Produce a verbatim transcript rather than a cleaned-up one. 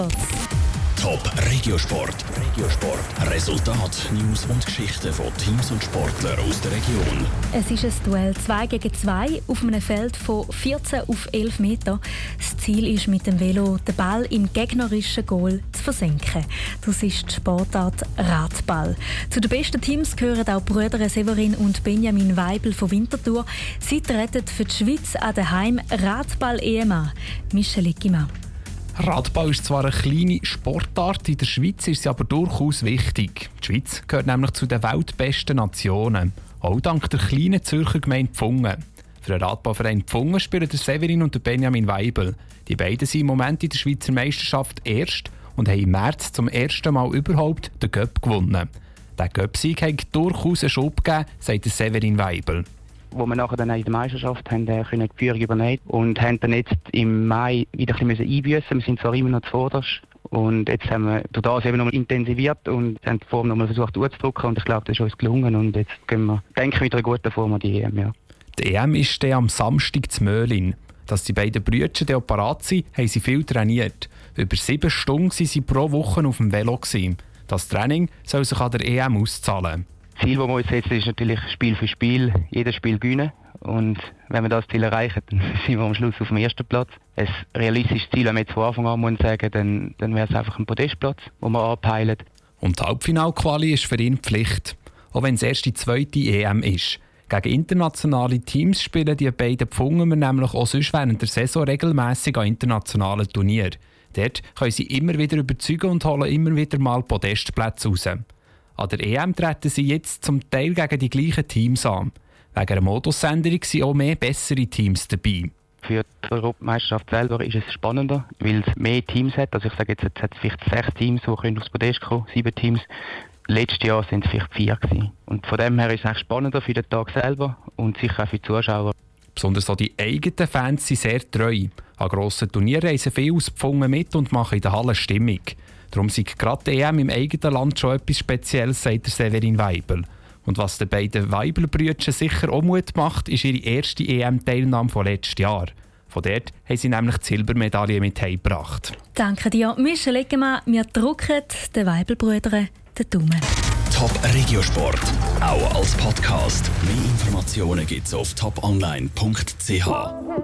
Top Regiosport. Regiosport. Resultat, News und Geschichten von Teams und Sportlern aus der Region. Es ist ein Duell zwei gegen zwei auf einem Feld von vierzehn auf elf Meter. Das Ziel ist, mit dem Velo den Ball im gegnerischen Goal zu versenken. Das ist die Sportart Radball. Zu den besten Teams gehören auch die Brüder Severin und Benjamin Weibel von Winterthur. Sie treten für die Schweiz an der Heim-Radball-E M an. Michel Ickimann. Radball ist zwar eine kleine Sportart, in der Schweiz ist sie aber durchaus wichtig. Die Schweiz gehört nämlich zu den weltbesten Nationen, auch dank der kleinen Zürcher Gemeinde Pfungen. Für den Radballverein Pfungen spielen der Severin und der Benjamin Weibel. Die beiden sind im Moment in der Schweizer Meisterschaft erst und haben im März zum ersten Mal überhaupt den Cup gewonnen. Der Cup-Sieg hat durchaus einen Schub gegeben, sagt der Severin Weibel. Wo wir nachher dann in der Meisterschaft haben, äh, können die Führung übernehmen und haben dann jetzt im Mai wieder ein bisschen einbüssen. Wir sind zwar immer noch zuvorderst und jetzt haben wir durch das eben nochmal intensiviert und haben die Form nochmal versucht durchzudrücken und ich glaube, das ist uns gelungen und jetzt gehen wir, denke ich, wieder eine gute Form an die E M. Ja. Die E M ist dann am Samstag zu Möhlin. Dass die beiden Brüder dann parat sind, haben sie viel trainiert. Über sieben Stunden waren sie pro Woche auf dem Velo. Das Training soll sich an der E M auszahlen. Das Ziel, das wir uns setzen, ist natürlich Spiel für Spiel, jedes Spiel gewinnen. Und wenn wir das Ziel erreichen, dann sind wir am Schluss auf dem ersten Platz. Ein realistisches Ziel, wenn wir jetzt von Anfang an muss sagen, dann, dann wäre es einfach ein Podestplatz, den wir anpeilen. Und die Halbfinalquali ist für ihn Pflicht, auch wenn es erst die zweite E M ist. Gegen internationale Teams spielen die beiden Pfungen wir nämlich auch sonst während der Saison regelmässig an internationalen Turnieren. Dort können sie immer wieder überzeugen und holen immer wieder mal Podestplätze raus. An der E M treten sie jetzt zum Teil gegen die gleichen Teams an. Wegen einer Modusänderung sind auch mehr bessere Teams dabei. Für die Europameisterschaft selber ist es spannender, weil es mehr Teams hat. Also ich sage jetzt, jetzt hat es vielleicht sechs Teams, die können aufs Podest kommen, sieben Teams. Letztes Jahr sind es vielleicht vier gewesen. Und von dem her ist es echt spannender für den Tag selber und sicher auch für die Zuschauer. Besonders auch die eigenen Fans sind sehr treu. An grossen Turnieren reisen viele aus Pfungen mit und machen in der Halle Stimmung. Darum sei gerade die E M im eigenen Land schon etwas Spezielles, sagt der Severin Weibel. Und was den beiden Weibel-Brüdern sicher auch Mut macht, ist ihre erste E M-Teilnahme von letztem Jahr. Von dort haben sie nämlich die Silbermedaille mit heimgebracht. Danke dir, Michel Ickimann. Wir drücken den Weibel-Brüdern den Daumen. Top Regiosport, auch als Podcast. Mehr Informationen gibt's auf top online punkt c h.